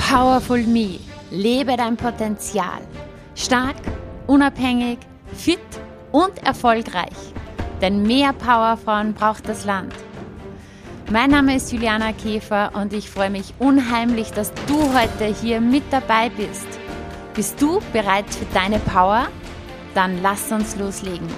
Powerful Me. Lebe dein Potenzial. Stark, unabhängig, fit und erfolgreich. Denn mehr Powerfrauen braucht das Land. Mein Name ist Juliana Käfer und ich freue mich unheimlich, dass du heute hier mit dabei bist. Bist du bereit für deine Power? Dann lass uns loslegen.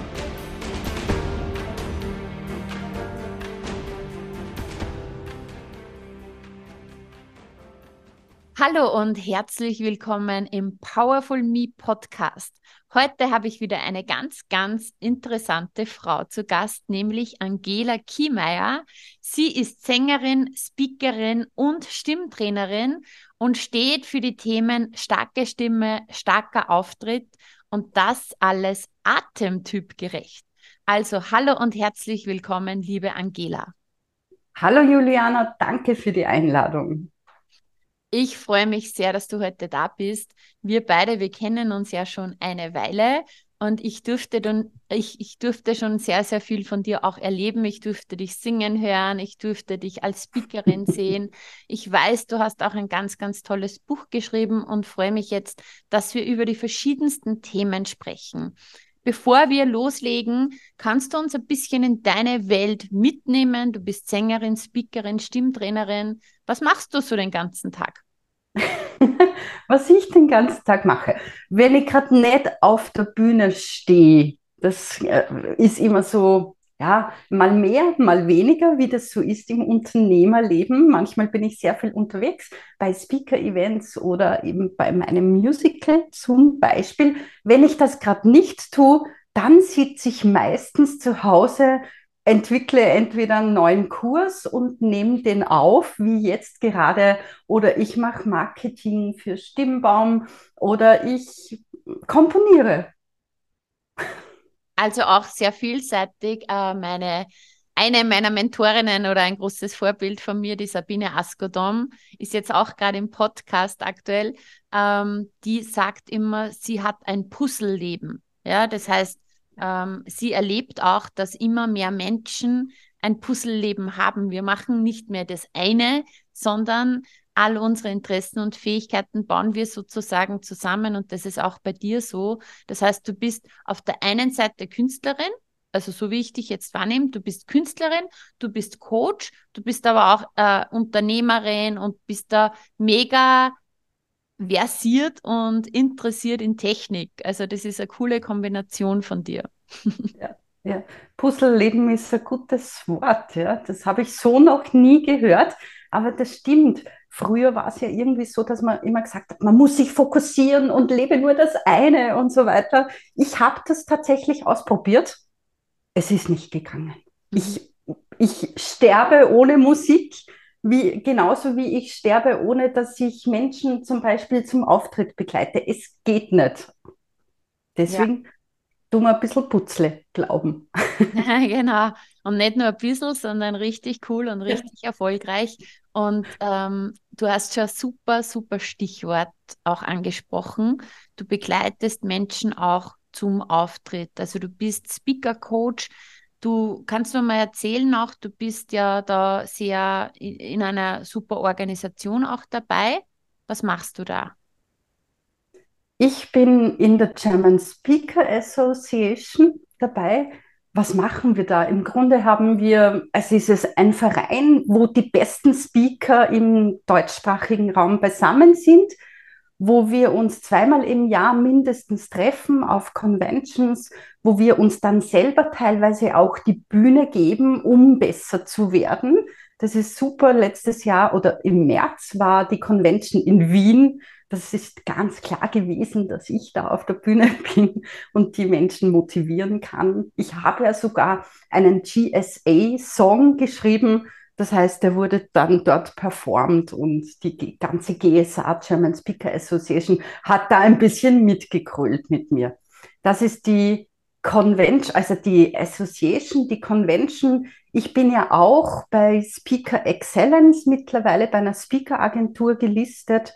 Hallo und herzlich willkommen im Powerful Me Podcast. Heute habe ich wieder eine ganz interessante Frau zu Gast, nämlich Angela Kiemeier. Sie ist Sängerin, Speakerin und Stimmtrainerin und steht für die Themen starke Stimme, starker Auftritt und das alles atemtypgerecht. Also hallo und herzlich willkommen, liebe Angela. Hallo Juliana, danke für die Einladung. Ich freue mich sehr, dass du heute da bist. Wir beide, wir kennen uns ja schon eine Weile und ich durfte schon sehr viel von dir auch erleben. Ich durfte dich singen hören, ich durfte dich als Speakerin sehen. Ich weiß, du hast auch ein ganz tolles Buch geschrieben und freue mich jetzt, dass wir über die verschiedensten Themen sprechen. Bevor wir loslegen, kannst du uns ein bisschen in deine Welt mitnehmen? Du bist Sängerin, Speakerin, Stimmtrainerin. Was machst du so den ganzen Tag? Was ich den ganzen Tag mache, wenn ich gerade nicht auf der Bühne stehe, das ist immer so, ja, mal mehr, mal weniger, wie das so ist im Unternehmerleben. Manchmal bin ich sehr viel unterwegs bei Speaker-Events oder eben bei meinem Musical zum Beispiel. Wenn ich das gerade nicht tue, dann sitze ich meistens zu Hause, entwickle entweder einen neuen Kurs und nehme den auf, wie jetzt gerade, oder ich mache Marketing für Stimmbaum oder ich komponiere. Also auch sehr vielseitig. Eine meiner Mentorinnen oder ein großes Vorbild von mir, die Sabine Askodom, ist jetzt auch gerade im Podcast aktuell. Die sagt immer, sie hat ein Puzzleleben. Ja, das heißt, sie erlebt auch, dass immer mehr Menschen ein Puzzleleben haben. Wir machen nicht mehr das eine, sondern all unsere Interessen und Fähigkeiten bauen wir sozusagen zusammen und das ist auch bei dir so. Das heißt, du bist auf der einen Seite Künstlerin, also so wie ich dich jetzt wahrnehme, du bist Künstlerin, du bist Coach, du bist aber auch Unternehmerin und bist da mega versiert und interessiert in Technik. Also das ist eine coole Kombination von dir. Ja, ja. Puzzleleben ist ein gutes Wort, ja. Das habe ich so noch nie gehört, aber das stimmt. Früher war es ja irgendwie so, dass man immer gesagt hat, man muss sich fokussieren und lebe nur das eine und so weiter. Ich habe das tatsächlich ausprobiert. Es ist nicht gegangen. Mhm. Ich sterbe ohne Musik, genauso wie ich sterbe, ohne dass ich Menschen zum Beispiel zum Auftritt begleite. Es geht nicht. Ja. Deswegen tun wir ein bisschen Putzle glauben. Genau. Und nicht nur ein bisschen, sondern richtig cool und Ja. richtig erfolgreich. Und du hast schon ein super Stichwort auch angesprochen. Du begleitest Menschen auch zum Auftritt. Also du bist Speaker Coach. Du kannst mir mal erzählen auch, du bist ja da sehr in einer super Organisation auch dabei. Was machst du da? Ich bin in der German Speaker Association dabei. Was machen wir da? Im Grunde haben wir, also ist es ein Verein, wo die besten Speaker im deutschsprachigen Raum beisammen sind, wo wir uns zweimal im Jahr mindestens treffen auf Conventions, wo wir uns dann selber teilweise auch die Bühne geben, um besser zu werden. Das ist super. Letztes Jahr oder im März war die Convention in Wien. Das ist ganz klar gewesen, dass ich da auf der Bühne bin und die Menschen motivieren kann. Ich habe ja sogar einen GSA-Song geschrieben. Das heißt, der wurde dann dort performt und die ganze GSA, German Speaker Association, hat da ein bisschen mitgegrölt mit mir. Das ist die Convention, also die Association, die Convention. Ich bin ja auch bei Speaker Excellence mittlerweile bei einer Speaker-Agentur gelistet,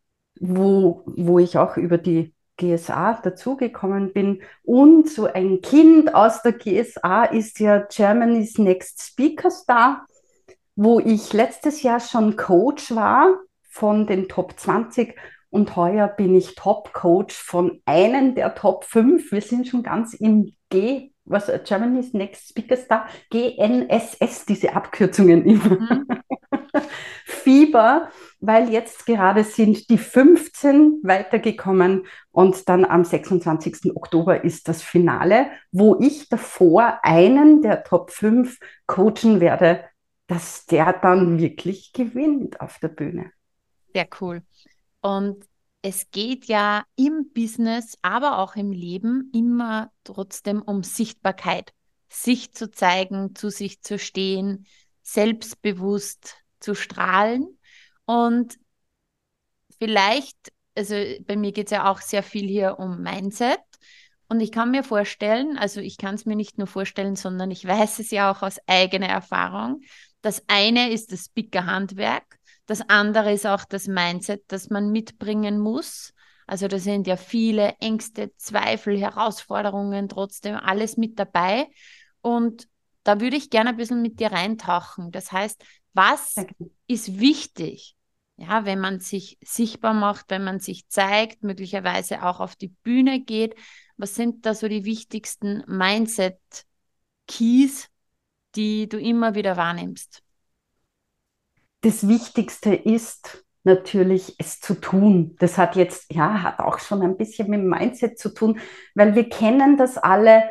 wo ich auch über die GSA dazugekommen bin. Und so ein Kind aus der GSA ist ja Germany's Next Speaker Star, wo ich letztes Jahr schon Coach war von den Top 20 und heuer bin ich Top-Coach von einem der Top 5. Wir sind schon ganz im Germany's Next Speaker Star, GNSS, diese Abkürzungen immer. Mhm. Fieber, weil jetzt gerade sind die 15 weitergekommen und dann am 26. Oktober ist das Finale, wo ich davor einen der Top 5 coachen werde, dass der dann wirklich gewinnt auf der Bühne. Sehr cool. Und es geht ja im Business, aber auch im Leben immer trotzdem um Sichtbarkeit. Sich zu zeigen, zu sich zu stehen, selbstbewusst zu strahlen. Und vielleicht, also bei mir geht es ja auch sehr viel hier um Mindset. Und ich kann mir vorstellen, also ich kann es mir nicht nur vorstellen, sondern ich weiß es ja auch aus eigener Erfahrung. Das eine ist das Speaker-Handwerk, das andere ist auch das Mindset, das man mitbringen muss. Also da sind ja viele Ängste, Zweifel, Herausforderungen, trotzdem alles mit dabei. Und da würde ich gerne ein bisschen mit dir reintauchen. Das heißt, was ist wichtig? Ja, wenn man sich sichtbar macht, wenn man sich zeigt, möglicherweise auch auf die Bühne geht, was sind da so die wichtigsten Mindset-Keys, die du immer wieder wahrnimmst? Das Wichtigste ist natürlich, es zu tun. Das hat jetzt, ja, hat auch schon ein bisschen mit dem Mindset zu tun, weil wir kennen das alle,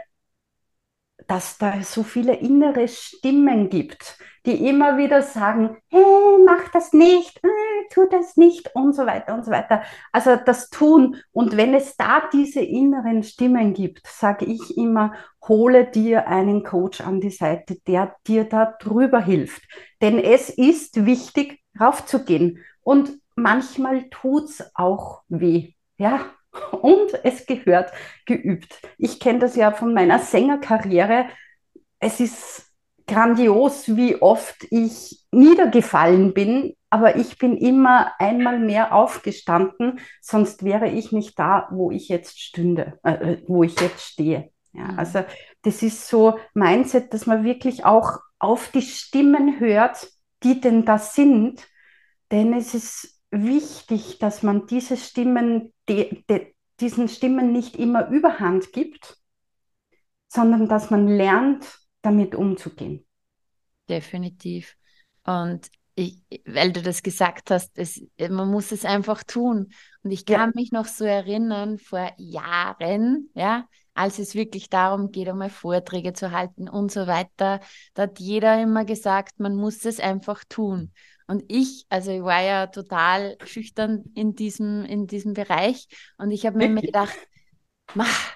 dass da so viele innere Stimmen gibt, die immer wieder sagen, hey, mach das nicht, tu das nicht und so weiter und so weiter. Also das Tun. Und wenn es da diese inneren Stimmen gibt, sage ich immer, hole dir einen Coach an die Seite, der dir da drüber hilft. Denn es ist wichtig, raufzugehen. Und manchmal tut es auch weh. Ja, und es gehört geübt. Ich kenne das ja von meiner Sängerkarriere. Es ist grandios, wie oft ich niedergefallen bin, aber ich bin immer einmal mehr aufgestanden, sonst wäre ich nicht da, wo ich jetzt stünde, wo ich jetzt stehe. Ja, Mhm. also das ist so Mindset, dass man wirklich auch auf die Stimmen hört, die denn da sind, denn es ist wichtig, dass man diese Stimmen, diesen Stimmen nicht immer Überhand gibt, sondern dass man lernt, damit umzugehen. Definitiv. Und weil du das gesagt hast, man muss es einfach tun. Und ich Ja, kann mich noch so erinnern, vor Jahren, ja, als es wirklich darum geht, einmal Vorträge zu halten und so weiter, da hat jeder immer gesagt, man muss es einfach tun. Und also ich war ja total schüchtern in diesem Bereich und ich habe mir immer wirklich. gedacht, mach,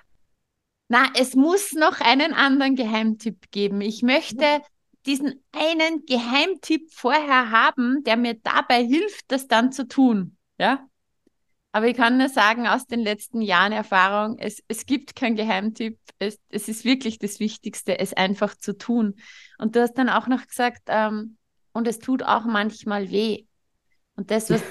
na, es muss noch einen anderen Geheimtipp geben. Ich möchte diesen einen Geheimtipp vorher haben, der mir dabei hilft, das dann zu tun. Ja? Aber ich kann nur sagen, aus den letzten Jahren Erfahrung, es gibt keinen Geheimtipp. Es ist wirklich das Wichtigste, es einfach zu tun. Und du hast dann auch noch gesagt, und es tut auch manchmal weh. Und das, was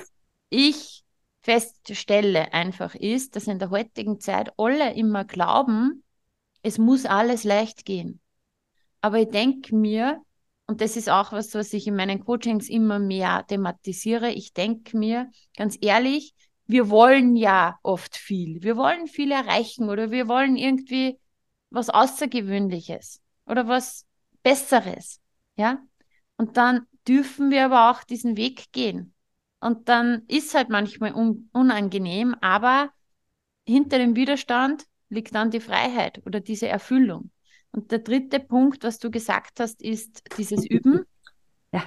ich feststelle einfach ist, dass in der heutigen Zeit alle immer glauben, es muss alles leicht gehen. Aber ich denke mir, und das ist auch was, was ich in meinen Coachings immer mehr thematisiere, ich denke mir, ganz ehrlich, wir wollen ja oft viel. Wir wollen viel erreichen oder wir wollen irgendwie was Außergewöhnliches oder was Besseres. Ja? Und dann dürfen wir aber auch diesen Weg gehen. Und dann ist halt manchmal unangenehm, aber hinter dem Widerstand liegt dann die Freiheit oder diese Erfüllung. Und der dritte Punkt, was du gesagt hast, ist dieses Üben. Ja,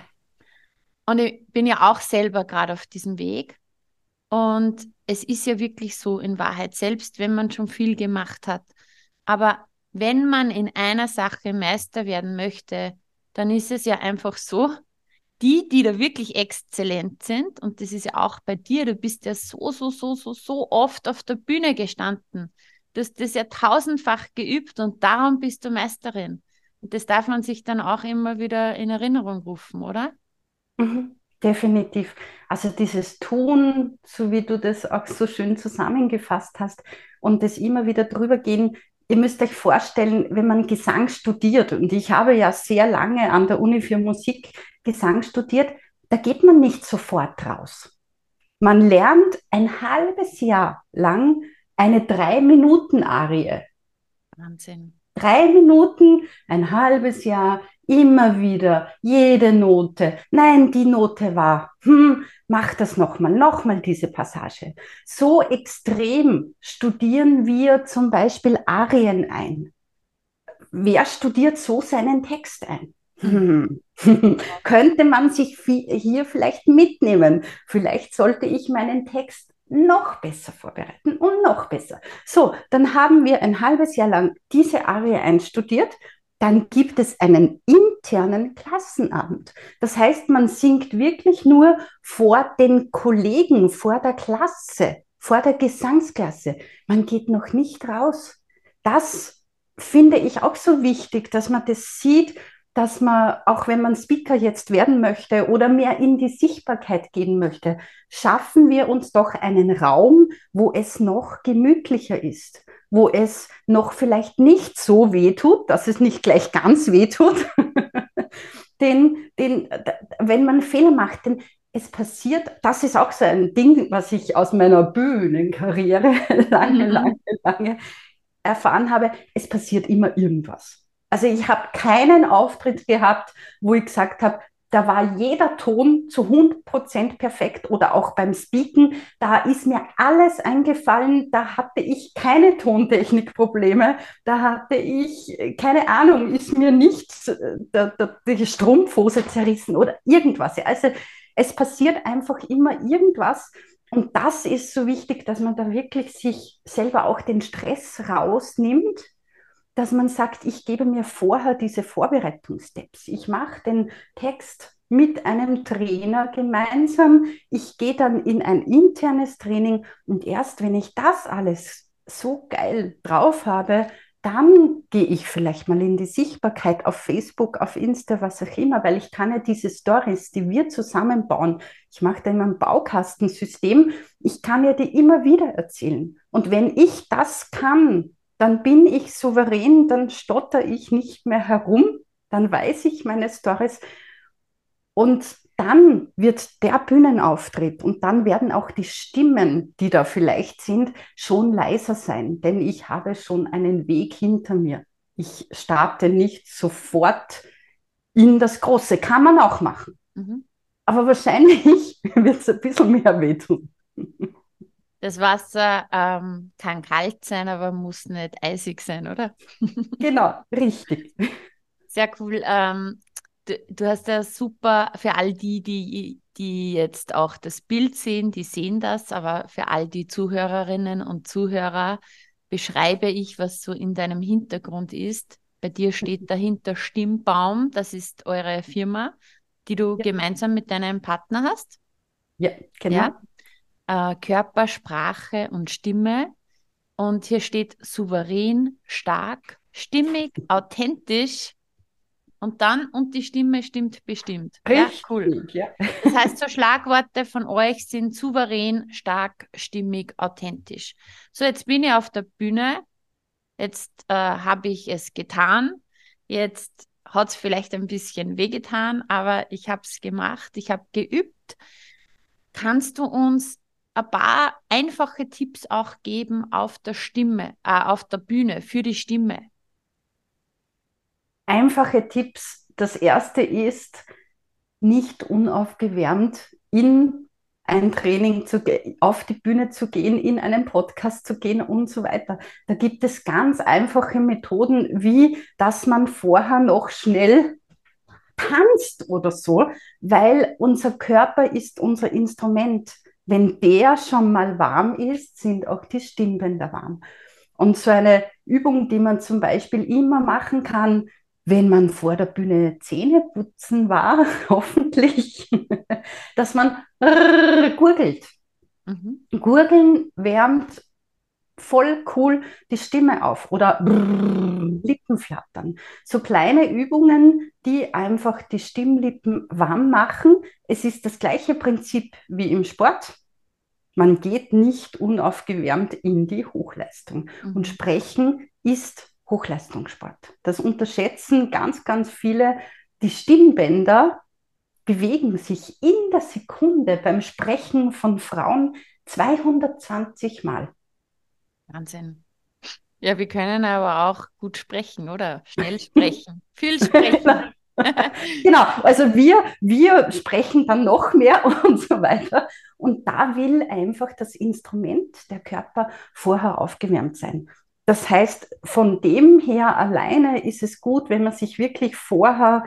Und ich bin ja auch selber gerade auf diesem Weg. Und es ist ja wirklich so in Wahrheit, selbst wenn man schon viel gemacht hat. Aber wenn man in einer Sache Meister werden möchte, dann ist es ja einfach so, die da wirklich exzellent sind, und das ist ja auch bei dir, du bist ja so oft auf der Bühne gestanden. Du hast das ja tausendfach geübt und darum bist du Meisterin. Und das darf man sich dann auch immer wieder in Erinnerung rufen, oder? definitiv. Also dieses Tun, so wie du das auch so schön zusammengefasst hast und das immer wieder drüber gehen. Ihr müsst euch vorstellen, wenn man Gesang studiert, und ich habe ja sehr lange an der Uni für Musik Gesang studiert, da geht man nicht sofort raus. Man lernt ein halbes Jahr lang eine 3-Minuten-Arie. Wahnsinn. 3 Minuten, ein halbes Jahr, immer wieder, jede Note. Nein, die Note war, mach das nochmal diese Passage. So extrem studieren wir zum Beispiel Arien ein. Wer studiert so seinen Text ein? Hm. Könnte man sich hier vielleicht mitnehmen. Vielleicht sollte ich meinen Text noch besser vorbereiten und noch besser. So, dann haben wir ein halbes Jahr lang diese Arie einstudiert. Dann gibt es einen internen Klassenabend. Das heißt, man singt wirklich nur vor den Kollegen, vor der Klasse, vor der Gesangsklasse. Man geht noch nicht raus. Das finde ich auch so wichtig, dass man das sieht, dass man, auch wenn man Speaker jetzt werden möchte oder mehr in die Sichtbarkeit gehen möchte, schaffen wir uns doch einen Raum, wo es noch gemütlicher ist, wo es noch vielleicht nicht so weh tut, dass es nicht gleich ganz weh tut, wenn man Fehler macht, denn es passiert, das ist auch so ein Ding, was ich aus meiner Bühnenkarriere lange erfahren habe, es passiert immer irgendwas. Also ich habe keinen Auftritt gehabt, wo ich gesagt habe, da war jeder Ton zu 100% perfekt oder auch beim Speaken, da ist mir alles eingefallen, da hatte ich keine Tontechnikprobleme, da hatte ich, keine Ahnung, ist mir nicht die Strumpfhose zerrissen oder irgendwas. Also es passiert einfach immer irgendwas und das ist so wichtig, dass man da wirklich sich selber auch den Stress rausnimmt, dass man sagt, ich gebe mir vorher diese Vorbereitungssteps. Ich mache den Text mit einem Trainer gemeinsam. Ich gehe dann in ein internes Training und erst wenn ich das alles so geil drauf habe, dann gehe ich vielleicht mal in die Sichtbarkeit auf Facebook, auf Insta, was auch immer, weil ich kann ja diese Stories, die wir zusammenbauen, ich mache da immer ein Baukastensystem, ich kann ja die immer wieder erzählen. Und wenn ich das kann, dann bin ich souverän, dann stotter ich nicht mehr herum, dann weiß ich meine Stories und dann wird der Bühnenauftritt und dann werden auch die Stimmen, die da vielleicht sind, schon leiser sein, denn ich habe schon einen Weg hinter mir. Ich starte nicht sofort in das Große. Kann man auch machen. Mhm. Aber wahrscheinlich wird es ein bisschen mehr wehtun. Das Wasser kann kalt sein, aber muss nicht eisig sein, oder? Genau, richtig. Sehr cool. Du hast ja super für all die jetzt auch das Bild sehen, die sehen das, aber für all die Zuhörerinnen und Zuhörer beschreibe ich, was so in deinem Hintergrund ist. Bei dir steht dahinter Stimmbaum, das ist eure Firma, die du Ja, gemeinsam mit deinem Partner hast. ja, Ja, genau. Körper, Sprache und Stimme. Und hier steht souverän, stark, stimmig, authentisch und dann und die Stimme stimmt bestimmt. Ja, cool. Richtig, ja. Das heißt, so Schlagworte von euch sind souverän, stark, stimmig, authentisch. So, jetzt bin ich auf der Bühne. Jetzt habe ich es getan. Jetzt hat es vielleicht ein bisschen wehgetan, aber ich habe es gemacht. Ich habe geübt. Kannst du uns ein paar einfache Tipps auch geben auf der Stimme, auf der Bühne für die Stimme? Einfache Tipps. Das erste ist, nicht unaufgewärmt in ein Training auf die Bühne zu gehen, in einen Podcast zu gehen und so weiter. Da gibt es ganz einfache Methoden, wie dass man vorher noch schnell tanzt oder so, weil unser Körper ist unser Instrument. Wenn der schon mal warm ist, sind auch die Stimmbänder warm. Und so eine Übung, die man zum Beispiel immer machen kann, wenn man vor der Bühne Zähne putzen war, hoffentlich, dass man gurgelt. Mhm. Gurgeln wärmt voll cool die Stimme auf oder Lippen flattern. So kleine Übungen, die einfach die Stimmlippen warm machen. Es ist das gleiche Prinzip wie im Sport. Man geht nicht unaufgewärmt in die Hochleistung. Und Mhm. Sprechen ist Hochleistungssport. Das unterschätzen ganz, ganz viele. Die Stimmbänder bewegen sich in der Sekunde beim Sprechen von Frauen 220 Mal. Wahnsinn. Ja, wir können aber auch gut sprechen, oder? Schnell sprechen. Viel sprechen. Genau, also wir sprechen dann noch mehr und so weiter. Und da will einfach das Instrument, der Körper, vorher aufgewärmt sein. Das heißt, von dem her alleine ist es gut, wenn man sich wirklich vorher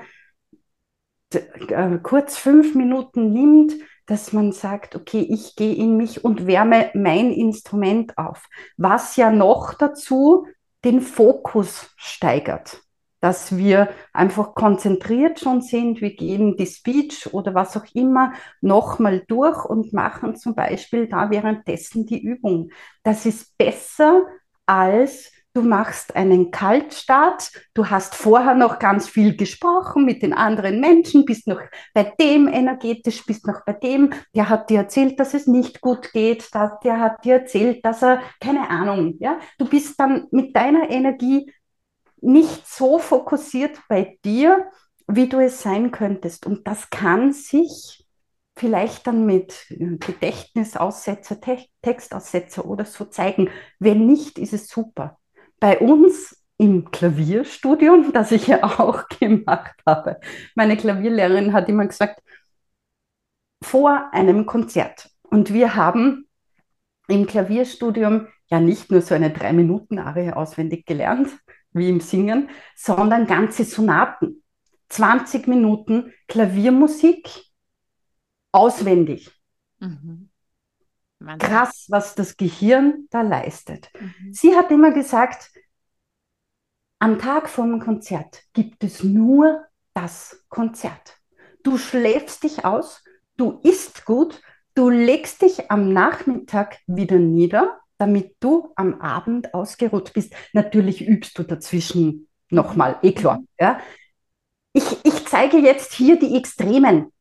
kurz 5 Minuten nimmt, dass man sagt, okay, ich gehe in mich und wärme mein Instrument auf. Was ja noch dazu den Fokus steigert, dass wir einfach konzentriert schon sind. Wir gehen die Speech oder was auch immer nochmal durch und machen zum Beispiel da währenddessen die Übung. Das ist besser als du machst einen Kaltstart, du hast vorher noch ganz viel gesprochen mit den anderen Menschen, bist noch bei dem energetisch, bist noch bei dem, der hat dir erzählt, dass es nicht gut geht, der hat dir erzählt, dass er, keine Ahnung, ja, du bist dann mit deiner Energie nicht so fokussiert bei dir, wie du es sein könntest. Und das kann sich vielleicht dann mit Gedächtnisaussetzer, Textaussetzer oder so zeigen. Wenn nicht, ist es super. Bei uns im Klavierstudium, das ich ja auch gemacht habe, meine Klavierlehrerin hat immer gesagt, vor einem Konzert. Und wir haben im Klavierstudium ja nicht nur so eine 3-Minuten-Arie auswendig gelernt, wie im Singen, sondern ganze Sonaten. 20 Minuten Klaviermusik auswendig. Mhm. Wahnsinn. Krass, was das Gehirn da leistet. Mhm. Sie hat immer gesagt, am Tag vom Konzert gibt es nur das Konzert. Du schläfst dich aus, du isst gut, du legst dich am Nachmittag wieder nieder, damit du am Abend ausgeruht bist. Natürlich übst du dazwischen Mhm. nochmal, eh klar. Mhm. Ja? Ich zeige jetzt hier die Extremen,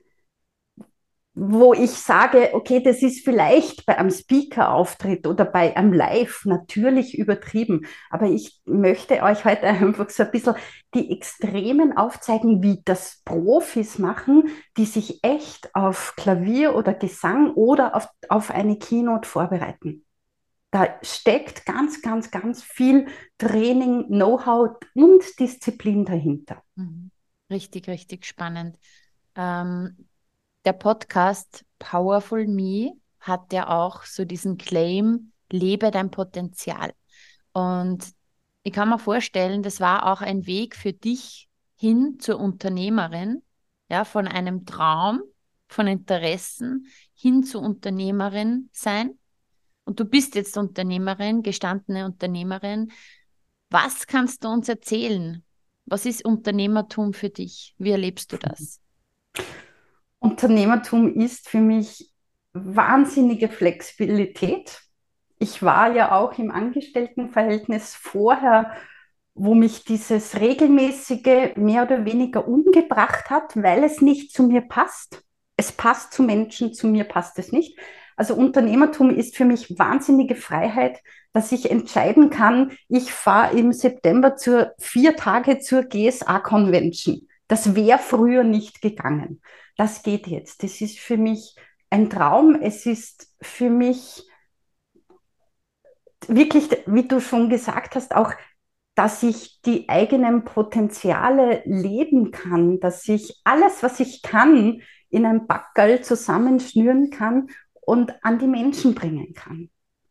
wo ich sage, okay, das ist vielleicht bei einem Speaker-Auftritt oder bei einem Live natürlich übertrieben, aber ich möchte euch heute einfach so ein bisschen die Extremen aufzeigen, wie das Profis machen, die sich echt auf Klavier oder Gesang oder auf eine Keynote vorbereiten. Da steckt ganz, ganz, ganz viel Training, Know-how und Disziplin dahinter. Mhm. Richtig, richtig spannend. Ähm, Der Podcast Powerful Me hat ja auch so diesen Claim, lebe dein Potenzial. Und ich kann mir vorstellen, das war auch ein Weg für dich hin zur Unternehmerin, ja, von einem Traum, von Interessen hin zur Unternehmerin sein. Und du bist jetzt Unternehmerin, gestandene Unternehmerin. Was kannst du uns erzählen? Was ist Unternehmertum für dich? Wie erlebst du das? Unternehmertum ist für mich wahnsinnige Flexibilität. Ich war ja auch im Angestelltenverhältnis vorher, wo mich dieses regelmäßige mehr oder weniger umgebracht hat, weil es nicht zu mir passt. Es passt zu Menschen, zu mir passt es nicht. Also Unternehmertum ist für mich wahnsinnige Freiheit, dass ich entscheiden kann, ich fahre im September 4 Tage zur GSA-Convention. Das wäre früher nicht gegangen. Das geht jetzt. Das ist für mich ein Traum. Es ist für mich wirklich, wie du schon gesagt hast, auch, dass ich die eigenen Potenziale leben kann, dass ich alles, was ich kann, in ein Packerl zusammenschnüren kann und an die Menschen bringen kann.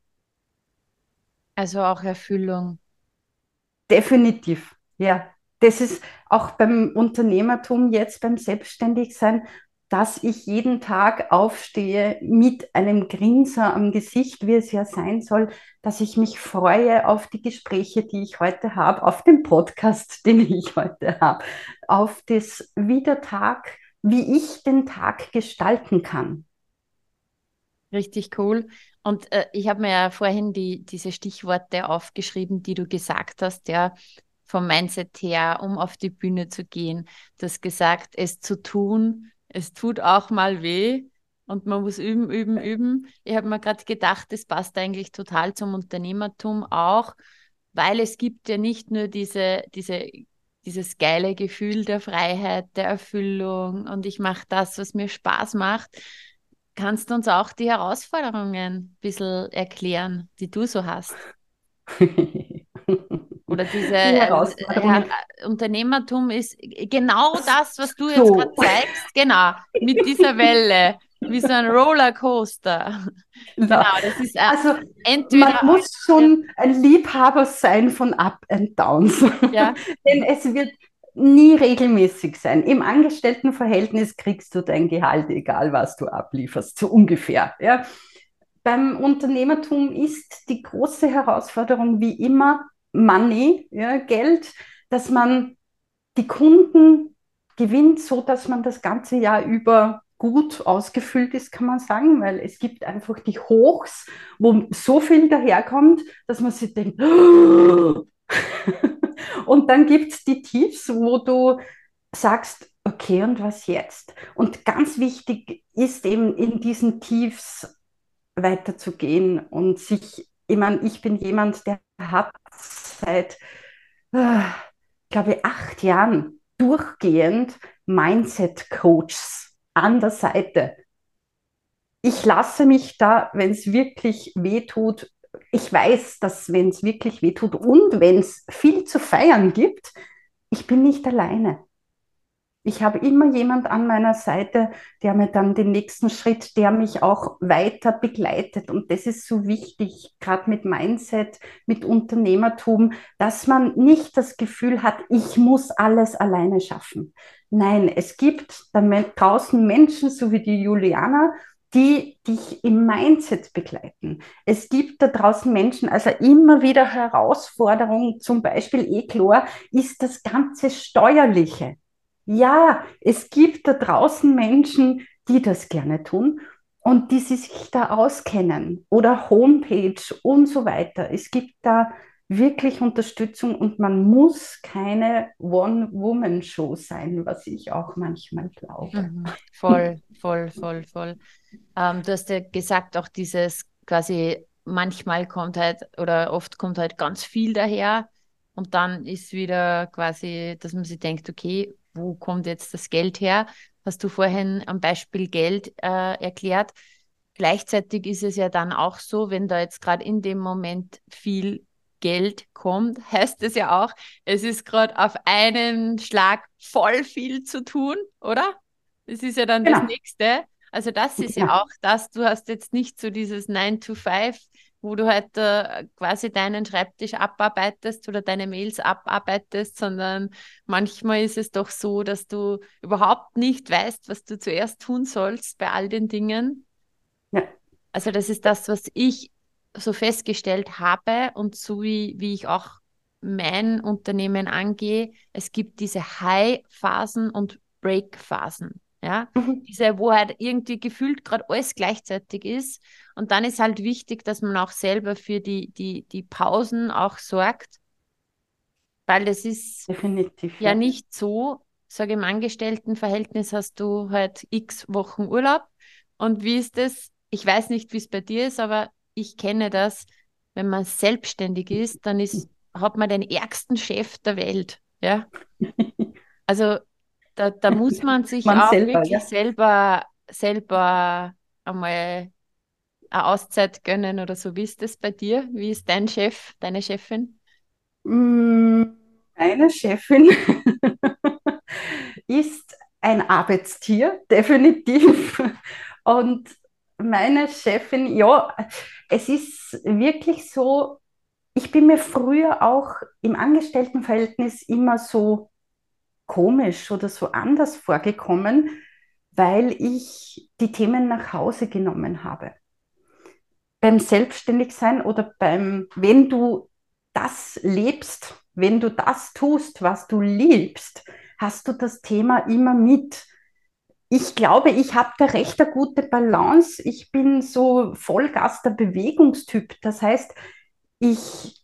Also auch Erfüllung. Definitiv, ja. Das ist auch beim Unternehmertum jetzt, beim Selbstständigsein, dass ich jeden Tag aufstehe mit einem Grinser am Gesicht, wie es ja sein soll, dass ich mich freue auf die Gespräche, die ich heute habe, auf den Podcast, den ich heute habe, auf das, wie der Tag, wie ich den Tag gestalten kann. Richtig cool. Und ich habe mir ja vorhin diese Stichworte aufgeschrieben, die du gesagt hast, ja, vom Mindset her, um auf die Bühne zu gehen. Du hast gesagt, es zu tun, es tut auch mal weh und man muss üben, üben, üben. Ich habe mir gerade gedacht, das passt eigentlich total zum Unternehmertum auch, weil es gibt ja nicht nur diese dieses geile Gefühl der Freiheit, der Erfüllung und ich mache das, was mir Spaß macht. Kannst du uns auch die Herausforderungen ein bisschen erklären, die du so hast? Oder diese Die Herausforderungen. Unternehmertum ist genau das, was du jetzt gerade So, zeigst, genau, mit dieser Welle, wie so ein Rollercoaster. Genau, na, das ist also man entweder, muss ja, schon ein Liebhaber sein von Up and Downs, ja, denn es wird nie regelmäßig sein. Im Angestelltenverhältnis kriegst du dein Gehalt, egal was du ablieferst, so ungefähr. Ja. Beim Unternehmertum ist die große Herausforderung wie immer Money, ja, Geld, dass man die Kunden gewinnt, so dass man das ganze Jahr über gut ausgefüllt ist, kann man sagen, weil es gibt einfach die Hochs, wo so viel daherkommt, dass man sich denkt, und dann gibt es die Tiefs, wo du sagst, okay, und was jetzt? Und ganz wichtig ist eben in diesen Tiefs weiterzugehen und sich, ich meine, ich bin jemand, der hat seit, glaube ich, 8 Jahren durchgehend Mindset-Coaches an der Seite. Ich lasse mich da, wenn es wirklich weh tut, ich weiß, dass wenn es wirklich weh tut und wenn es viel zu feiern gibt, ich bin nicht alleine. Ich habe immer jemand an meiner Seite, der mir dann den nächsten Schritt, der mich auch weiter begleitet. Und das ist so wichtig, gerade mit Mindset, mit Unternehmertum, dass man nicht das Gefühl hat, ich muss alles alleine schaffen. Nein, es gibt da draußen Menschen, so wie die Juliana, die dich im Mindset begleiten. Es gibt da draußen Menschen, also immer wieder Herausforderungen, zum Beispiel klar, ist das ganze Steuerliche. Ja, es gibt da draußen Menschen, die das gerne tun und die sich da auskennen oder Homepage und so weiter. Es gibt da wirklich Unterstützung und man muss keine One-Woman-Show sein, was ich auch manchmal glaube. voll, voll, voll, voll. Du hast ja gesagt, auch dieses quasi, manchmal kommt halt oder oft kommt halt ganz viel daher und dann ist wieder quasi, dass man sich denkt, okay, wo kommt jetzt das Geld her? Hast du vorhin am Beispiel Geld erklärt. Gleichzeitig ist es ja dann auch so, wenn da jetzt gerade in dem Moment viel Geld kommt, heißt es ja auch, es ist gerade auf einen Schlag voll viel zu tun, oder? Das ist ja dann das Genau, Nächste. Also das ist ja genau. auch das, du hast jetzt nicht so dieses 9 to 5, wo du halt quasi deinen Schreibtisch abarbeitest oder deine Mails abarbeitest, sondern manchmal ist es doch so, dass du überhaupt nicht weißt, was du zuerst tun sollst bei all den Dingen. Ja. Also das ist das, was ich so festgestellt habe und so wie ich auch mein Unternehmen angehe. Es gibt diese High-Phasen und Break-Phasen. Ja, Mhm. diese, wo halt irgendwie gefühlt gerade alles gleichzeitig ist. Und dann ist halt wichtig, dass man auch selber für die Pausen auch sorgt, weil das ist Definitiv, ja ja. nicht so, sage im Angestelltenverhältnis hast du halt x Wochen Urlaub. Und wie ist das? Ich weiß nicht, wie es bei dir ist, aber ich kenne das. Wenn man selbstständig ist, dann hat man den ärgsten Chef der Welt. Ja, also da muss man sich Man auch selber, wirklich ja. selber einmal eine Auszeit gönnen oder so. Wie ist das bei dir? Wie ist dein Chef, deine Chefin? Mm, Meine Chefin ist ein Arbeitstier, definitiv. Und meine Chefin, ja, es ist wirklich so, ich bin mir früher auch im Angestelltenverhältnis immer so komisch oder so anders vorgekommen, weil ich die Themen nach Hause genommen habe. Beim Selbstständigsein oder wenn du das lebst, wenn du das tust, was du liebst, hast du das Thema immer mit. Ich glaube, ich habe da recht eine gute Balance. Ich bin so Vollgas der Bewegungstyp. Das heißt, ich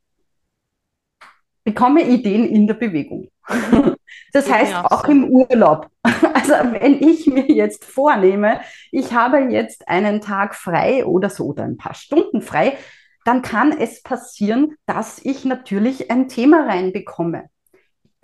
bekomme Ideen in der Bewegung. Mhm. Das Geht mir heißt auch auch so. im Urlaub. Also wenn ich mir jetzt vornehme, ich habe jetzt einen Tag frei oder so oder ein paar Stunden frei, dann kann es passieren, dass ich natürlich ein Thema reinbekomme.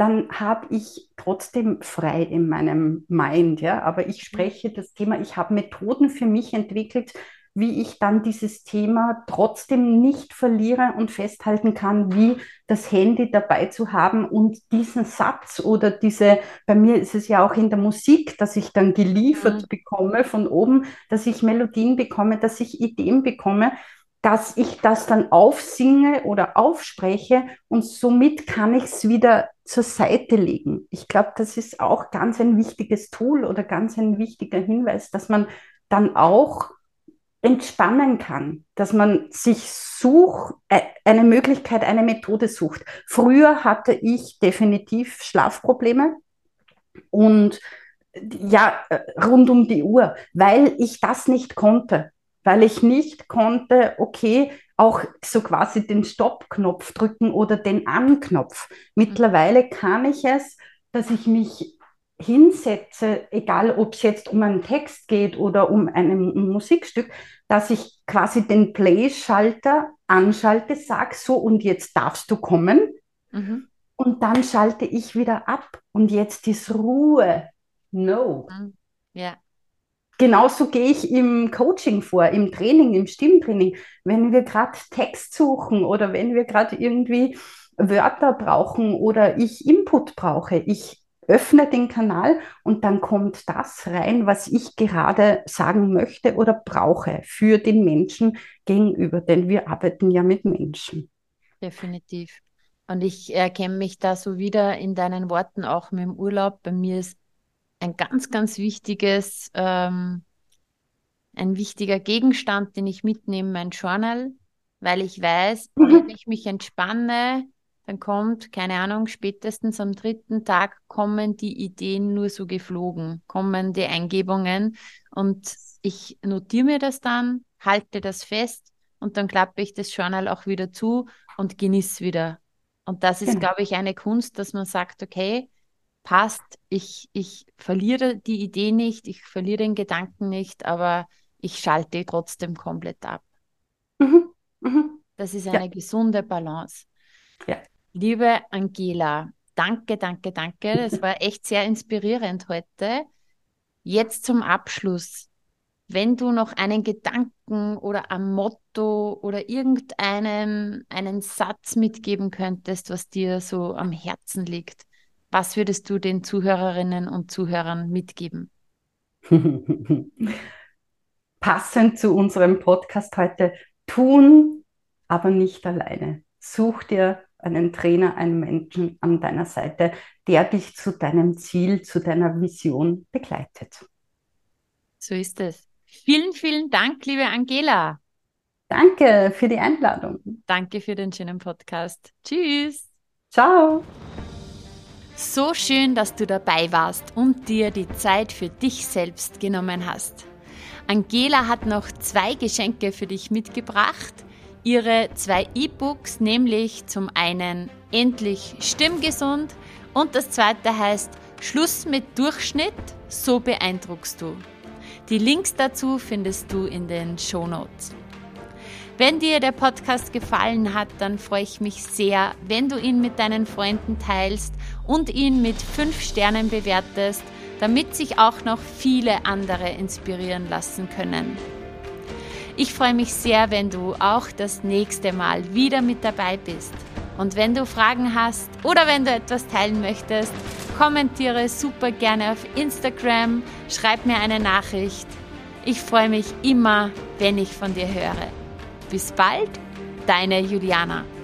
dann habe ich trotzdem frei in meinem Mind, ja, aber ich spreche das Thema, ich habe Methoden für mich entwickelt, wie ich dann dieses Thema trotzdem nicht verliere und festhalten kann, wie das Handy dabei zu haben und diesen Satz oder diese, bei mir ist es ja auch in der Musik, dass ich dann Mhm. geliefert bekomme von oben, dass ich Melodien bekomme, dass ich Ideen bekomme, dass ich das dann aufsinge oder aufspreche und somit kann ich es wieder zur Seite legen. Ich glaube, das ist auch ganz ein wichtiges Tool oder ganz ein wichtiger Hinweis, dass man dann auch entspannen kann, dass man sich eine Möglichkeit, eine Methode sucht. Früher hatte ich definitiv Schlafprobleme und ja, rund um die Uhr, weil ich das nicht konnte. Weil ich nicht konnte, okay, auch so quasi den Stopp-Knopf drücken oder den An-Knopf. Mittlerweile kann ich es, dass ich mich hinsetze, egal ob es jetzt um einen Text geht oder um ein Musikstück, dass ich quasi den Play-Schalter anschalte, sage so und jetzt darfst du kommen Mhm. und dann schalte ich wieder ab und jetzt ist Ruhe. No. Mhm. Ja. Genauso gehe ich im Coaching vor, im Training, im Stimmtraining. Wenn wir gerade Text suchen oder wenn wir gerade irgendwie Wörter brauchen oder ich Input brauche, ich öffne den Kanal und dann kommt das rein, was ich gerade sagen möchte oder brauche für den Menschen gegenüber, denn wir arbeiten ja mit Menschen. Definitiv. Und ich erkenne mich da so wieder in deinen Worten auch mit dem Urlaub. Bei mir ist ein ganz, ganz ein wichtiger Gegenstand, den ich mitnehme, mein Journal, weil ich weiß, wenn Mhm. ich mich entspanne, dann kommt, keine Ahnung, spätestens am dritten Tag kommen die Ideen nur so geflogen, kommen die Eingebungen und ich notiere mir das dann, halte das fest und dann klappe ich das Journal auch wieder zu und genieße wieder. Und das ist, Genau. glaube ich, eine Kunst, dass man sagt, okay, passt, ich verliere die Idee nicht, ich verliere den Gedanken nicht, aber ich schalte trotzdem komplett ab. Mhm. Mhm. Das ist Ja, eine gesunde Balance. ja. Liebe Angela, danke, danke, danke. Das war echt sehr inspirierend heute. Jetzt zum Abschluss. Wenn du noch einen Gedanken oder ein Motto oder einen Satz mitgeben könntest, was dir so am Herzen liegt, was würdest du den Zuhörerinnen und Zuhörern mitgeben? Passend zu unserem Podcast heute, tun, aber nicht alleine. Such dir einen Trainer, einen Menschen an deiner Seite, der dich zu deinem Ziel, zu deiner Vision begleitet. So ist es. Vielen, vielen Dank, liebe Angela. Danke für die Einladung. Danke für den schönen Podcast. Tschüss. Ciao. So schön, dass du dabei warst und dir die Zeit für dich selbst genommen hast. Angela hat noch 2 Geschenke für dich mitgebracht. Ihre 2 E-Books, nämlich zum einen Endlich stimmgesund und das zweite heißt Schluss mit Durchschnitt, so beeindruckst du. Die Links dazu findest du in den Shownotes. Wenn dir der Podcast gefallen hat, dann freue ich mich sehr, wenn du ihn mit deinen Freunden teilst und ihn mit 5 Sternen bewertest, damit sich auch noch viele andere inspirieren lassen können. Ich freue mich sehr, wenn du auch das nächste Mal wieder mit dabei bist. Und wenn du Fragen hast oder wenn du etwas teilen möchtest, kommentiere super gerne auf Instagram, schreib mir eine Nachricht. Ich freue mich immer, wenn ich von dir höre. Bis bald, deine Juliana.